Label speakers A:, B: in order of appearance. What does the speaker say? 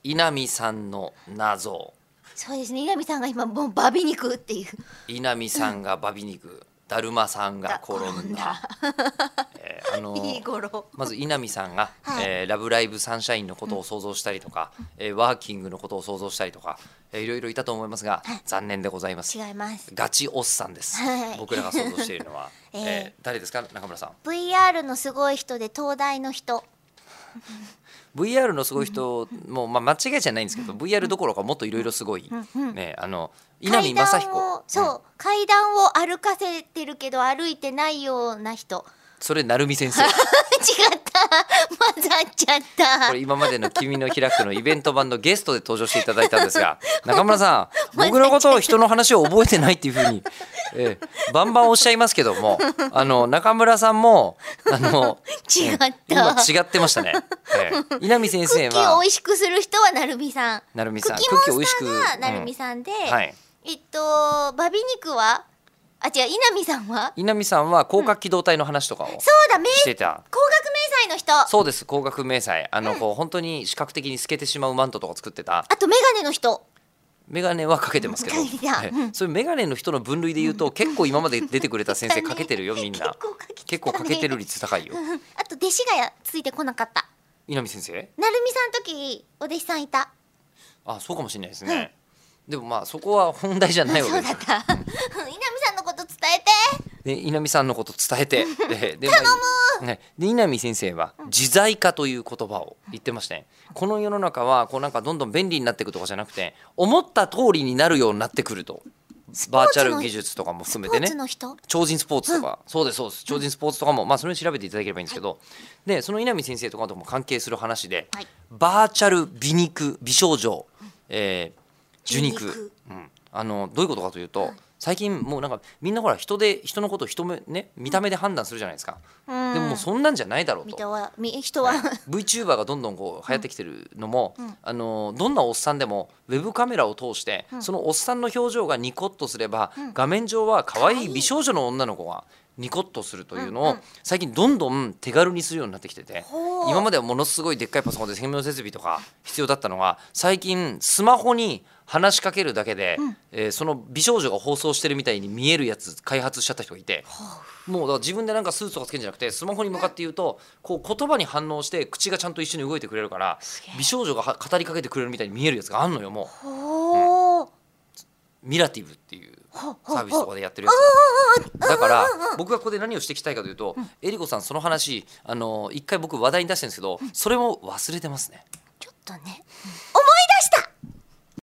A: 稲見さんの謎。
B: そうですね、稲見さんが今もうバビ肉っていう。
A: 稲見さんがバビ肉、だるまさんが転んだ。
B: いい頃。
A: まず稲見さんが、
B: はい
A: ラブライブサンシャインのことを想像したりとか、ワーキングのことを想像したりとか、いろいろいたと思いますが、残念でございます。
B: 違います。
A: ガチおっさんです。
B: はい
A: 僕らが想像しているのは、誰ですか、中村さん。
B: VR のすごい人で東大の人。
A: VR のすごい人も、間違いじゃないんですけど、VR どころかもっといろいろすごい、ね、稲見正彦。
B: 階段を歩かせてるけど歩いてないような人。
A: それ成美先生。
B: 違った、混ざっちゃった。
A: これ今までの君の開くのイベント版のゲストで登場していただいたんですが、中村さん、僕のことを人の話を覚えてないっていうふうに、バンバンおっしゃいますけども、中村さんも
B: 違った。
A: 今違ってましたね。稲見先生は
B: クッキーを美味しくする人は成美さん。
A: 成美さん、
B: クッキーモンスターが成美さんで、バビ肉は違う、稲見さんは
A: 広角機動隊の話とかを
B: そうだ、
A: してた。
B: 工学迷彩の人。
A: そうです、工学迷彩、こう本当に視覚的に透けてしまうマントとか作ってた。
B: あとメガネの人。
A: メガネはかけてますけど、そういうメガネの人の分類で言うと、結構今まで出てくれた先生かけてるよ、みんな。結構かけてる率高いよ。
B: あと弟子がついてこなかった。
A: 稲見先生、
B: 成美さんの時お弟子さんいた。
A: あ、そうかもしれないですね。でもそこは本題じゃないわけです。
B: そうだった。稲見さんのこと伝えて。
A: 稲見さんのこと伝えて。
B: 頼む。
A: で稲見先生は自在化という言葉を言ってましたね。この世の中はこうなんかどんどん便利になっていくとかじゃなくて、思った通りになるようになってくると。バーチャル技術とかも含めてね、超人スポーツとか、そうですそうです、超人スポーツとかも、それを調べていただければいいんですけど、でその稲見先生とかとも関係する話で、バーチャル美肉美少女、受肉、どういうことかというと、最近もうなんかみんなほら人のことを見た目で判断するじゃないですか。でももうそんなんじゃないだろうと。
B: 人は
A: VTuber がどんどんこう流行ってきてるのも、どんなおっさんでもウェブカメラを通して、そのおっさんの表情がニコッとすれば、画面上は可愛い美少女の女の子がニコッとするというのを最近どんどん手軽にするようになってきてて、今まではものすごいでっかいパソコンで専用設備とか必要だったのが、最近スマホに話しかけるだけで、その美少女が放送してるみたいに見えるやつ開発しちゃった人がいて、もうだから自分でなんかスーツとかつけるんじゃなくて、スマホに向かって言うとこう言葉に反応して口がちゃんと一緒に動いてくれるから、美少女が語りかけてくれるみたいに見えるやつがあんのよ。もう、ミラティブっていうサービスとかでやってるやつだから、僕がここで何をしていきたいかというと、えりこさんその話一回僕話題に出してるんですけど、それも忘れてますね。
B: ちょっとね。